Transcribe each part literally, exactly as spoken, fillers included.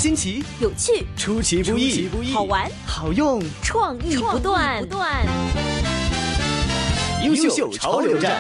新奇、 有趣、 出其不意、 好玩、 好用、 创意不断、不断。 优秀潮流站。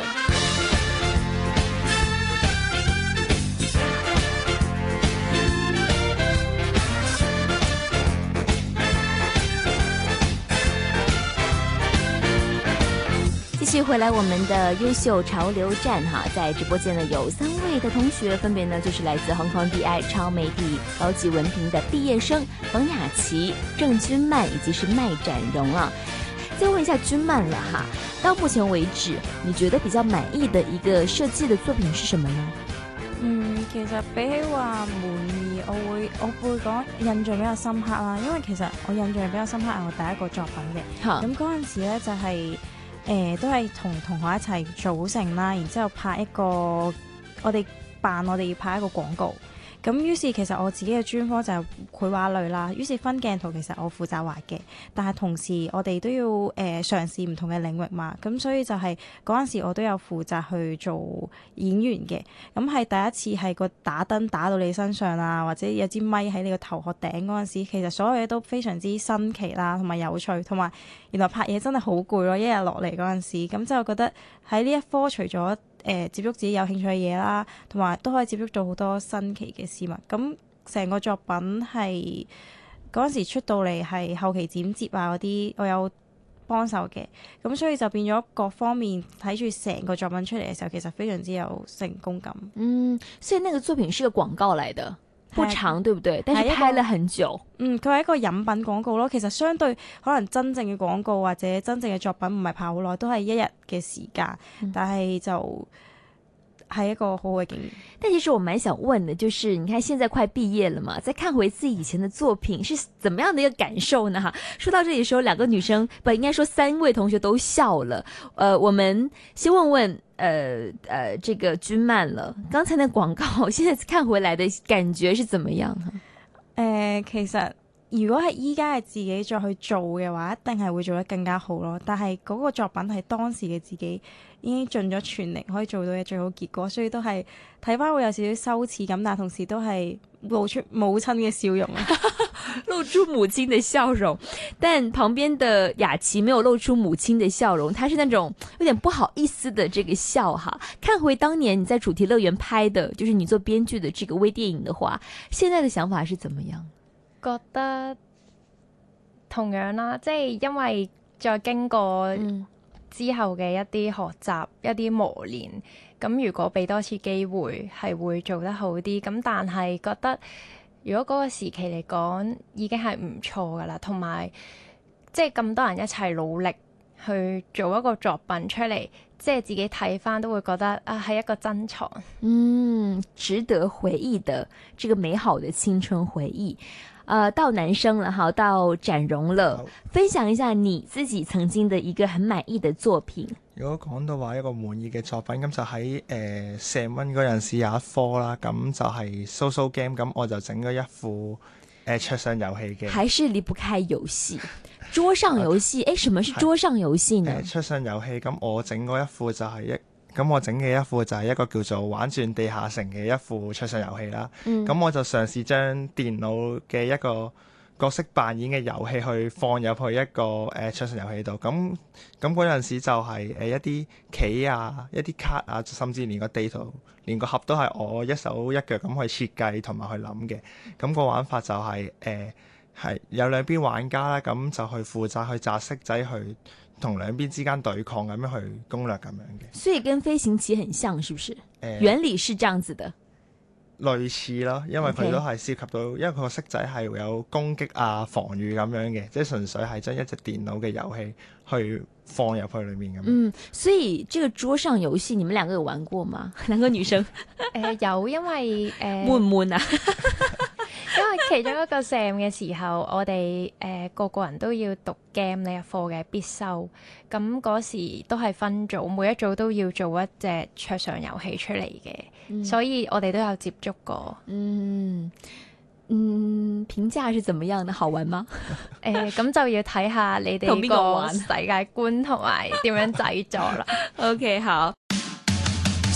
继续回来我们的优秀潮流站哈，在直播间呢有三位的同学，分别呢就是来自 Hong Kong D I 超媒体高级文凭的毕业生冯雅琪、郑君曼以及是麦展荣啊。再问一下君曼了哈，到目前为止你觉得比较满意的一个设計的作品是什麼呢？ 嗯，其實比起話滿意，我會我會講印象比較深刻啦，因為其實我印象比較深刻係我第一個作品嘅。咁嗰陣時咧就係、是。誒、呃、都係同同學一齊組成啦，然之後拍一個我哋扮我哋要拍一個廣告。咁於是其實我自己嘅專科就係繪畫類啦，於是分鏡圖其實我負責畫嘅，但係同時我哋都要誒、呃、嘗試唔同嘅領域嘛，咁所以就係嗰陣時我都有負責去做演員嘅。咁係第一次係個打燈打到你身上啊，或者有支咪喺你個頭殼頂嗰陣時，其實所有嘢都非常之新奇啦，同埋有趣，同埋原來拍嘢真係好攰咯，一日落嚟嗰陣時，咁就覺得喺呢一科除咗誒、呃、接觸自己有興趣嘅嘢啦，同埋都可以接觸到好多新奇嘅事物。咁成個作品係嗰陣時出到嚟係後期剪接啊嗰啲，我有幫手嘅。咁所以就變咗各方面睇住成個作品出嚟嘅時候，其實非常之有成功感。 嗯，所以那個作品是個廣告來的。不長對不對？但是拍了很久。 嗯，佢係一個飲品廣告咯。其實相對可能真正嘅廣告或者真正嘅作品唔係拍好耐，都係一日嘅時間。嗯、但係就係一個好嘅經驗。 但其實我蠻想問的，就是你看現在快畢業了嘛，再看回自己以前的作品，是怎麼樣的一個感受呢？哈，說到這裡的時候，兩個女生不應該說三位同學都笑了。呃，我們先問問。呃呃，這個君曼了，剛才那廣告，現在看回來的感覺是怎麼樣？誒、 呃，其實如果係依家係自己再去做嘅話，一定係會做得更加好咯。但係嗰個作品係當時嘅自己已經盡咗全力，可以做到嘅最好結果，所以都係睇翻會有少少羞恥感，但同時都係露出母親嘅笑容露出母親的笑容，但旁邊的雅琪沒有露出母親的笑容，她是那種有點不好意思的這個笑哈。看回當年你在主題樂園拍的，就是你做編劇的這個微電影的話，現在的想法是怎麼樣？ 覺得同樣啦，即係因為再經過之後嘅一啲學習、嗯、一啲磨練，咁如果俾多次機會，係會做得好啲。咁但係覺得。如果嗰個時期嚟講已經係唔錯噶啦，同埋即係咁多人一齊努力去做一個作品出嚟，即係自己睇翻都會覺得啊係一個珍藏， 嗯，值得回憶的這個美好的青春回憶。呃，到男生了哈，到展榮了，分享一下你自己曾經的一個很滿意的作品。 如果講到話一個滿意嘅作品，咁就喺誒社温嗰陣時有一科啦，咁就係 social game， 咁我就整咗一副誒、呃、桌上遊戲嘅。還是離不開遊戲，桌上遊戲，誒、欸，什麼是桌上遊戲呢？ 誒、呃，桌上遊戲，咁我整嗰一副就係一。咁我整嘅一副就係一個叫做玩轉地下城嘅一副桌上遊戲啦。咁、嗯、我就嘗試將電腦嘅一個角色扮演嘅遊戲去放入去一個誒、呃、桌上遊戲度。咁咁嗰陣時就係、是呃、一啲棋啊、一啲卡啊，甚至連個地圖、連個盒都係我一手一腳咁去設計同埋去諗嘅。咁、那個玩法就係誒係有兩邊玩家啦，咁就去負責去擲骰仔去。同兩邊之間對抗咁樣去攻略咁樣嘅， 所以跟飛行棋很像，是不是？呃、原理是這樣子的， 類似咯，因為佢都係涉及到，因為佢個骰仔係有攻擊啊、防禦咁樣嘅，即係純粹係將一隻電腦嘅遊戲去放入去裏面咁。 嗯，所以這個桌上遊戲，你們兩個有玩過嗎？兩個女生？ 誒、呃，有，因為誒， 悶唔悶啊？ 因為其中一個 Sam 嘅時候，我哋誒、呃、個個人都要讀 game 呢一課嘅必修，咁嗰時都係分組，每一組都要做一隻桌上遊戲出嚟嘅，嗯、所以我哋都有接觸過。 嗯嗯，評價是怎麼樣的？好玩嗎？ 誒、呃，咁就要睇下你哋個世界觀同埋點樣製作啦。 OK， 好。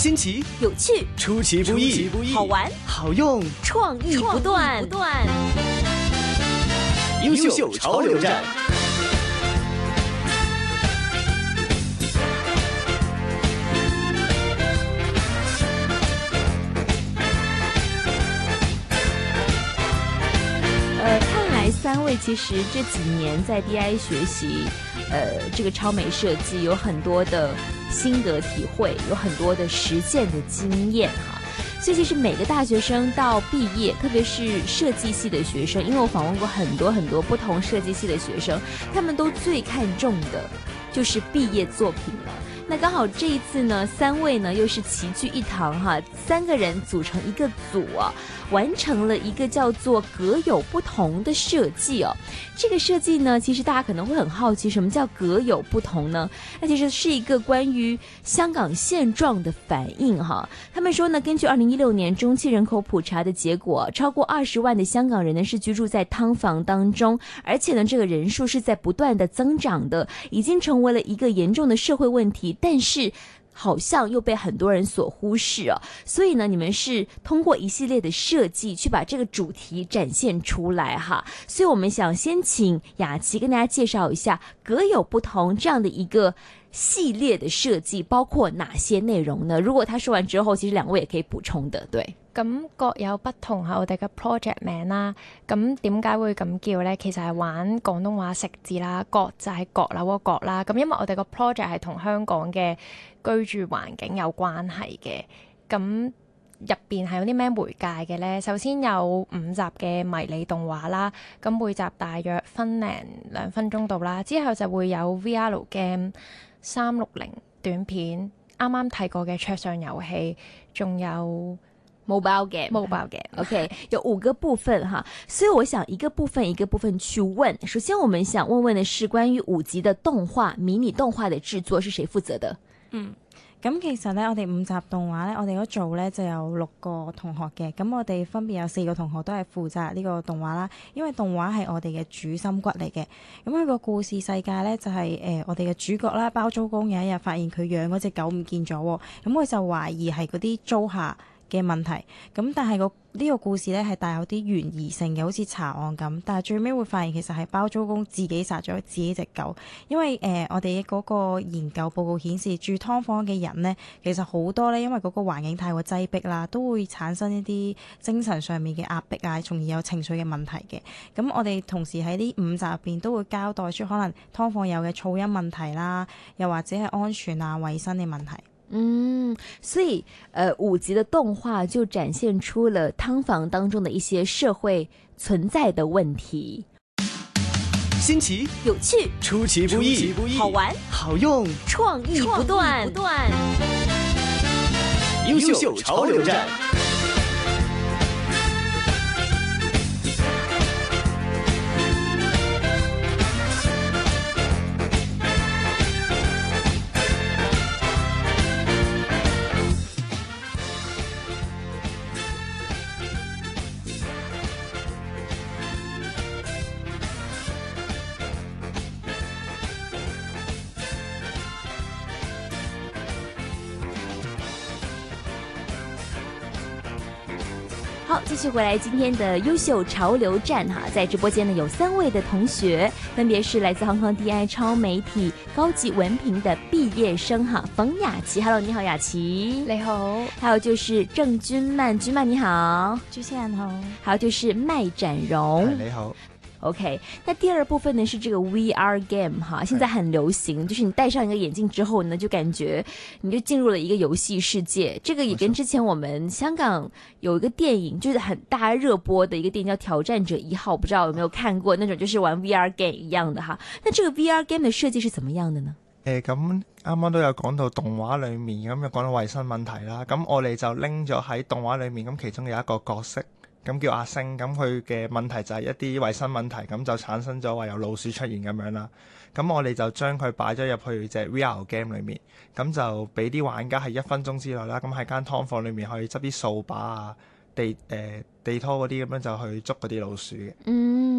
新奇、 有趣、 出其不意、 好玩、 好用、 创意不断。不断优秀潮流站。 呃，看来三位其实这几年在 D I 学习，呃，这个超美设计有很多的心得体会，有很多的实践的经验哈。所以其实每个大学生到毕业，特别是设计系的学生，因为我访问过很多很多不同设计系的学生，他们都最看重的就是毕业作品了。那刚好这一次呢，三位呢又是齐聚一堂哈，三个人组成一个组啊，完成了一个叫做各有不同的设计哦。这个设计呢，其实大家可能会很好奇，什么叫各有不同呢？那其实是一个关于香港现状的反应哈。他们说呢，根据二零一六年中期人口普查的结果，超过二十万的香港人呢是居住在劏房当中，而且呢这个人数是在不断的增长的，已经成为了一个严重的社会问题。但是好像又被很多人所忽视哦，所以呢，你们是通过一系列的设计去把这个主题展现出来哈。所以我们想先请雅琪跟大家介绍一下各有不同这样的一个系列的設計包括哪些內容呢？如果他說完之後，其實兩位也可以補充的。對， 咁各有不同係我哋嘅 project 名啦。咁點解會咁叫呢？其實係玩廣東話食字啦，閣就係閣樓個閣啦。咁因為我哋個 project 係同香港嘅居住環境有關係嘅。咁入邊係有啲咩媒介嘅呢？首先有五集嘅迷你動畫啦，咁每集大約分零兩分鐘度啦。之後就會有 V R game、三六零短片，啱啱提過嘅桌上遊戲，仲有 mobile game。mobile game，OK， 有五個部分哈。所以我想一個部分一個部分去問。首先我們想問問的是關於五集的動畫、迷你動畫的製作是誰負責的？ 嗯。咁其實咧，我哋五集動畫咧，我哋嗰組咧就有六個同學嘅，咁我哋分別有四個同學都係負責呢個動畫啦。因為動畫係我哋嘅主心骨嚟嘅，咁佢個故事世界咧就係、是、誒、呃、我哋嘅主角啦，包租公有一日發現佢養嗰隻狗唔見咗，咁佢就懷疑係嗰啲租客嘅問題，咁但係個呢個故事咧係帶有啲懸疑性嘅，好似查案咁。但係最尾會發現其實係包租公自己殺咗自己隻狗，因為誒、呃、我哋嗰個研究報告顯示，住劏房嘅人咧其實好多咧，因為嗰個環境太過擠迫啦，都會產生一啲精神上面嘅壓迫啊，從而有情緒嘅問題嘅。咁我哋同時喺呢五集入邊都會交代出可能劏房有嘅噪音問題啦，又或者係安全啊、衛生嘅問題。 嗯，所以呃五集的動畫就展現出了劏房當中的一些社會存在的問題。 新奇、 有趣、 出其不意、 好玩、 好用、 創意不斷。不斷優秀潮流站。 好，繼續回來今天的優秀潮流站哈，在直播間呢有三位的同學，分別是來自香港 D I 超媒體高級文憑的畢業生哈，馮雅琪 ，Hello， 你好，雅琪， 你好， 還有就是鄭君曼，君曼你好， 主持人好， 還有就是麥展榮， 你好。 OK， 那第二部分呢是這個 V R game 哈，現在很流行，就是你戴上一個眼鏡之後呢，就感覺你就進入了一個遊戲世界。這個也跟之前我們香港有一個電影，就是很大熱播的一個電影叫《挑戰者一號》，不知道有沒有看過？那種就是玩 V R game 一樣的哈。那這個 V R game 的設計是怎麼樣的呢？ 誒咁啱啱都有講到動畫裡面，咁又講到衞生問題啦。咁我哋就拎咗喺動畫裡面，咁其中有一個角色。咁叫阿星，咁佢嘅問題就係一啲衞生問題，咁就產生咗話有老鼠出現咁樣啦。咁我哋就將佢擺咗入去隻 V R game 裏面，咁就俾啲玩家係一分鐘之內啦，咁喺間劏房裏面可以執啲掃把啊、地誒、呃、地拖嗰啲咁樣就去捉嗰啲老鼠嘅。 嗯。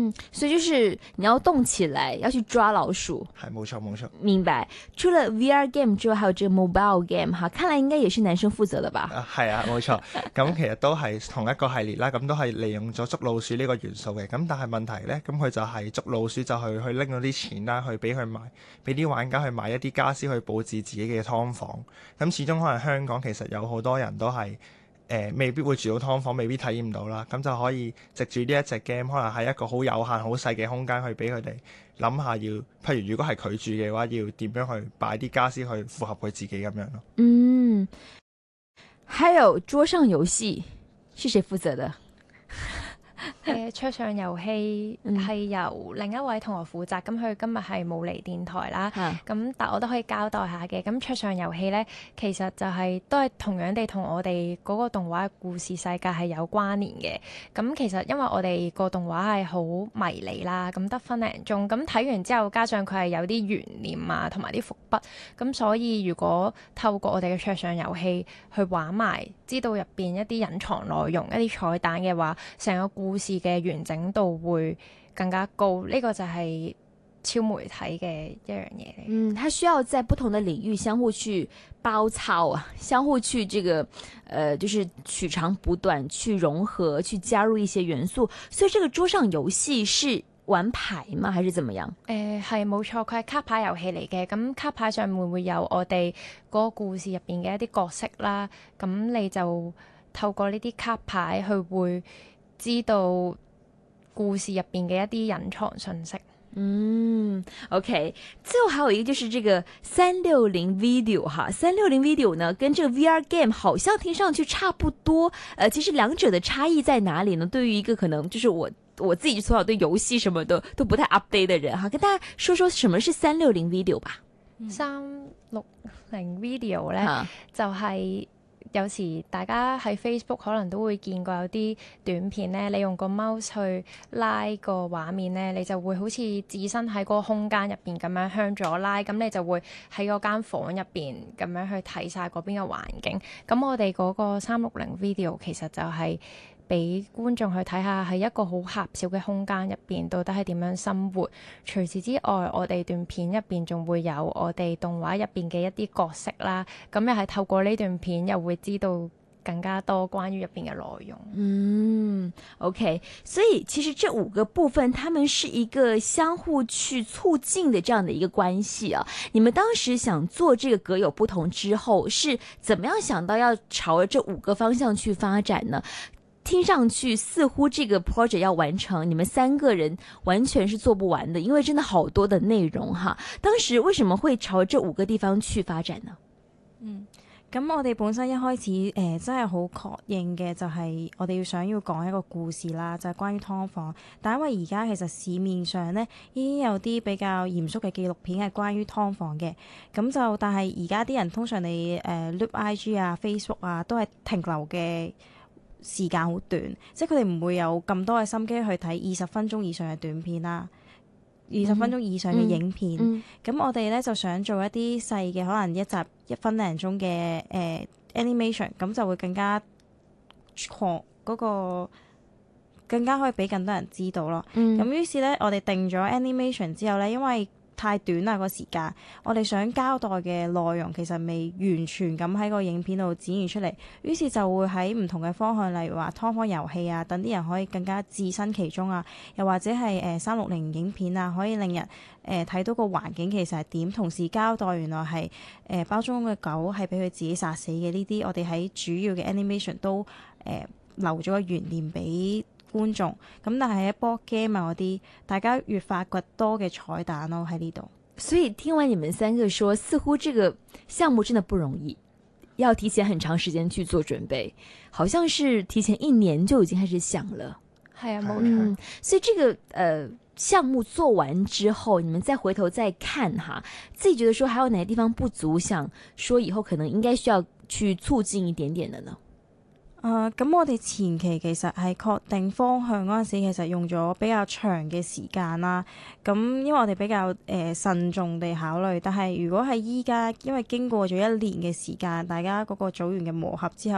嗯，所以就是你要動起來，要去抓老鼠。 係冇錯冇錯。 明白。除了 V R game 之外，還有這個 mobile game 哈，看來應該也是男生負責的吧？ 啊，係啊，冇錯。咁其實都係同一個系列啦，咁都係利用咗捉老鼠呢個元素嘅。咁但係問題呢，咁佢就係捉老鼠就去去拎咗啲錢啦，去俾佢買，俾啲玩家去買一啲家私去佈置自己嘅劏房。咁始終可能香港其實有好多人都係誒、呃、未必會住到劏房，未必體驗到啦。咁就可以藉住呢一隻 game，可能喺一個好有限、好細嘅空間去俾佢哋諗下要，譬如如果係佢住嘅話，要點樣去擺啲家私去符合佢自己咁樣咯。 嗯，還有桌上遊戲是誰負責的？ 誒桌上遊戲係由另一位同學負責，咁佢今日係冇嚟電台啦。咁但我都可以交代下嘅。咁桌上遊戲咧，其實就係、是、都係同樣地同我哋嗰個動畫嘅故事世界係有關聯嘅。咁其實因為我哋個動畫係好迷你啦，咁得分零鐘，咁睇完之後，加上佢係有啲懸念啊，同埋啲伏筆，咁所以如果透過我哋嘅桌上遊戲去玩埋，知道入邊一啲隱藏內容、一啲彩蛋嘅話，成個故事嘅完整度會更加高，呢、這個就係超媒體嘅一樣嘢。 嗯，它需要在不同的領域相互去包抄啊，相互去這個，呃，就是取長補短，去融合，去加入一些元素。所以這個桌上遊戲是玩牌嗎？還是怎麼樣？ 誒係冇錯，佢係卡牌遊戲嚟嘅。咁卡牌上面會有我哋嗰個故事入邊嘅一啲角色啦。咁你就透過呢啲卡牌去會知道故事入邊嘅一啲隱藏信息。 嗯 ，OK。最後還有一個就是這個三六零 video 哈，三六零 video 呢，跟這個 V R game 好像聽上去差不多。呃，其實兩者的差異在哪裏呢？對於一個可能就是我我自己從小對遊戲什麼的都不太 update 的人哈，跟大家說說什麼是三六零 video 吧。 三六零 video 咧、 啊、 就係、是。有時大家喺 Facebook 可能都會見過有啲短片咧，你用個 mouse 去拉個畫面咧，你就會好似置身喺嗰個空間入邊咁樣向左拉，咁你就會喺嗰間房入邊咁樣去睇晒嗰邊嘅環境。咁我哋嗰個三六零 video 其實就係俾觀眾去睇下喺一個好狹小嘅空間入邊到底係點樣生活。除此之外，我哋段片入邊仲會有我哋動畫入邊嘅一啲角色啦，咁又係透過呢段片又會知道更加多關於入邊嘅內容。 嗯 OK， 所以其實這五個部分，他們是一個相互去促進的這樣的一個關係啊。你們當時想做這個各有不同之後，是怎麼樣想到要朝着這五個方向去發展呢？聽上去似乎這個 project 要完成，你們三個人完全是做不完的，因為真的好多的內容哈。當時為什麼會朝這五個地方去發展呢？ 嗯，咁我哋本身一開始誒、呃、真係好確認嘅就係我哋要想要講一個故事啦，就係、是、關於劏房。但因為而家其實市面上咧已經有啲比較嚴肅嘅紀錄片係關於劏房嘅，咁就但係而家啲人通常你誒 loop I G 啊 Facebook 啊都係停留嘅時間好短，即係佢哋唔會有咁多嘅心機去睇二十分鐘以上嘅短片啦，二十分鐘以上嘅影片。咁、嗯嗯、我哋咧就想做一啲細嘅，可能一集一分零鐘嘅誒 animation，咁就會更加擴嗰個更加可以俾更多人知道咯。咁、嗯、於是咧，我哋定咗 animation 之後咧，因為太短啦個時間，我哋想交代嘅內容其實未完全咁喺個影片度展現出嚟，於是就會喺唔同嘅方向，例如話劏房遊戲啊，等啲人可以更加置身其中啊，又或者係誒三六零影片啊，可以令人誒睇、呃、到個環境其實係點，同時交代原來係誒、呃、包中嘅狗係俾佢自己殺死嘅呢啲，我哋喺主要嘅 animation 都誒、呃、留咗個懸念俾觀眾，咁但係一波 game 啊嗰啲，大家越發掘多嘅彩蛋咯喺呢度。 所以聽完你們三個說，似乎這個項目真的不容易，要提前很長時間去做準備，好像是提前一年就已經開始想了。 係啊，冇錯、 嗯。所以這個呃項目做完之後，你們再回頭再看哈，自己覺得說還有哪些地方不足，想說以後可能應該需要去促進一點點的呢？ 誒咁、呃，我哋前期其實係確定方向嗰陣時，其實用咗比較長嘅時間啦。咁因為我哋比較誒、呃、慎重地考慮，但係如果係依家，因為經過咗一年嘅時間，大家嗰個組員嘅磨合之後，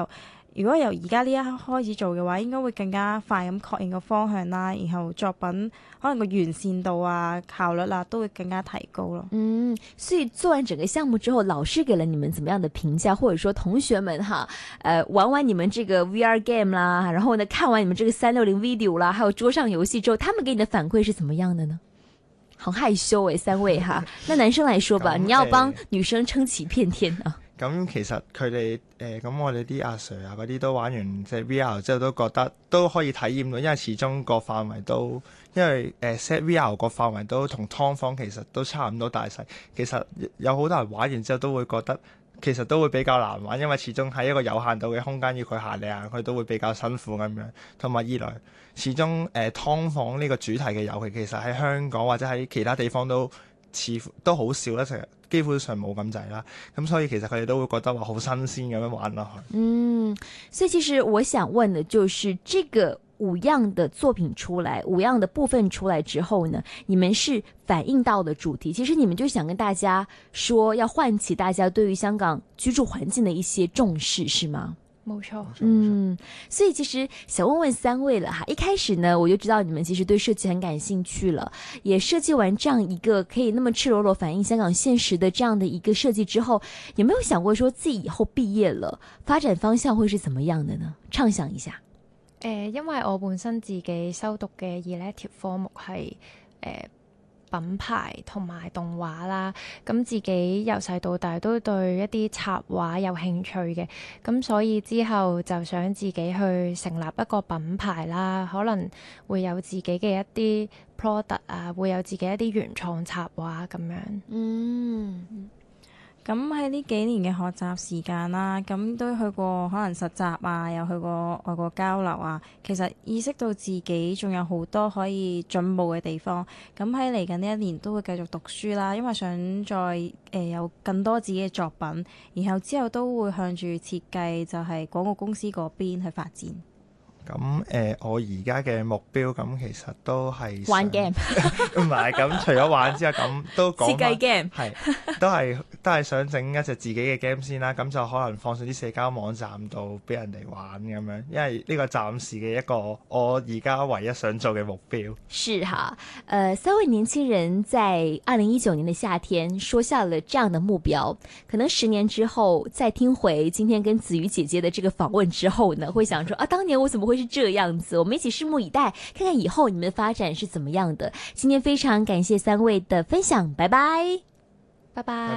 如果由而家呢一刻開始做嘅話，應該會更加快咁確認個方向啦，然後作品可能個完善度啊、效率啊都會更加提高咯。 嗯，所以做完整個項目之後，老師給了你們怎麼樣的評價，或者說同學們哈，呃，玩完你們這個 V R game 啦，然後呢看完你們這個三六零 video 啦，還有桌上遊戲之後，他們給你的反饋是怎麼樣的呢？好害羞誒，三位哈。那男生來說吧，你要幫女生撐起一片天啊。 咁其實佢哋誒咁我哋啲阿 Sir 啊嗰啲都玩完即係 V R 之後都覺得都可以體驗到，因為始終個範圍都因為誒 set V R 個範圍都同劏房其實都差唔多大細，其實有好多人玩完之後都會覺得其實都會比較難玩，因為始終喺一個有限度嘅空間要佢行嚟行去都會比較辛苦咁樣，同埋二來始終誒劏房呢個主題嘅遊戲其實喺香港或者喺其他地方都似乎都好少啦，成日基本上冇咁滯啦，咁所以其實佢哋都會覺得話好新鮮咁樣玩落去。 嗯，所以其實我想問的就是這個五樣的作品出來，五樣的部分出來之後呢，你們是反映到的主題，其實你們就想跟大家說，要喚起大家對於香港居住環境的一些重視，是嗎？ 冇錯， 嗯，所以其實想問問三位了哈，一開始呢我就知道你們其實對設計很感興趣了，也設計完這樣一個可以那麼赤裸裸反映香港現實的這樣的一個設計之後，有沒有想過說自己以後畢業了發展方向會是怎麼樣的呢？暢想一下。 誒、呃，因為我本身自己修讀嘅 elective 科目係誒、呃品牌同埋動畫啦，咁自己由細到大都對一啲插畫有興趣嘅，咁所以之後就想自己去成立一個品牌啦，可能會有自己嘅一啲 product 啊，會有自己一啲原創插畫咁樣。 嗯。 咁喺呢幾年嘅學習時間啦，咁都去過可能實習啊，又去過外國交流啊，其實意識到自己仲有好多可以進步嘅地方。咁喺嚟緊呢一年都會繼續讀書啦，因為想再誒、呃、有更多自己嘅作品，然後之後都會向住設計就係廣告公司嗰邊去發展。 咁誒、呃，我而家嘅目標咁其實都係玩 game， 唔係咁，除咗玩之外，咁都講設計 game， 係都係都係想整一隻自己嘅 game 先啦。咁就可能放上啲社交網站度俾人哋玩咁樣，因為呢個暫時嘅一個我而家唯一想做嘅目標。 是哈，呃，三位年輕人在二零一九年的夏天說下了這樣的目標，可能十年之後再聽回今天跟子瑜姐姐的這個訪問之後呢，會想說啊，當年我怎麼會是這樣子？我們一起拭目以待，看看以後你們的發展是怎麼樣的。今天非常感謝三位的分享，拜拜， 拜拜。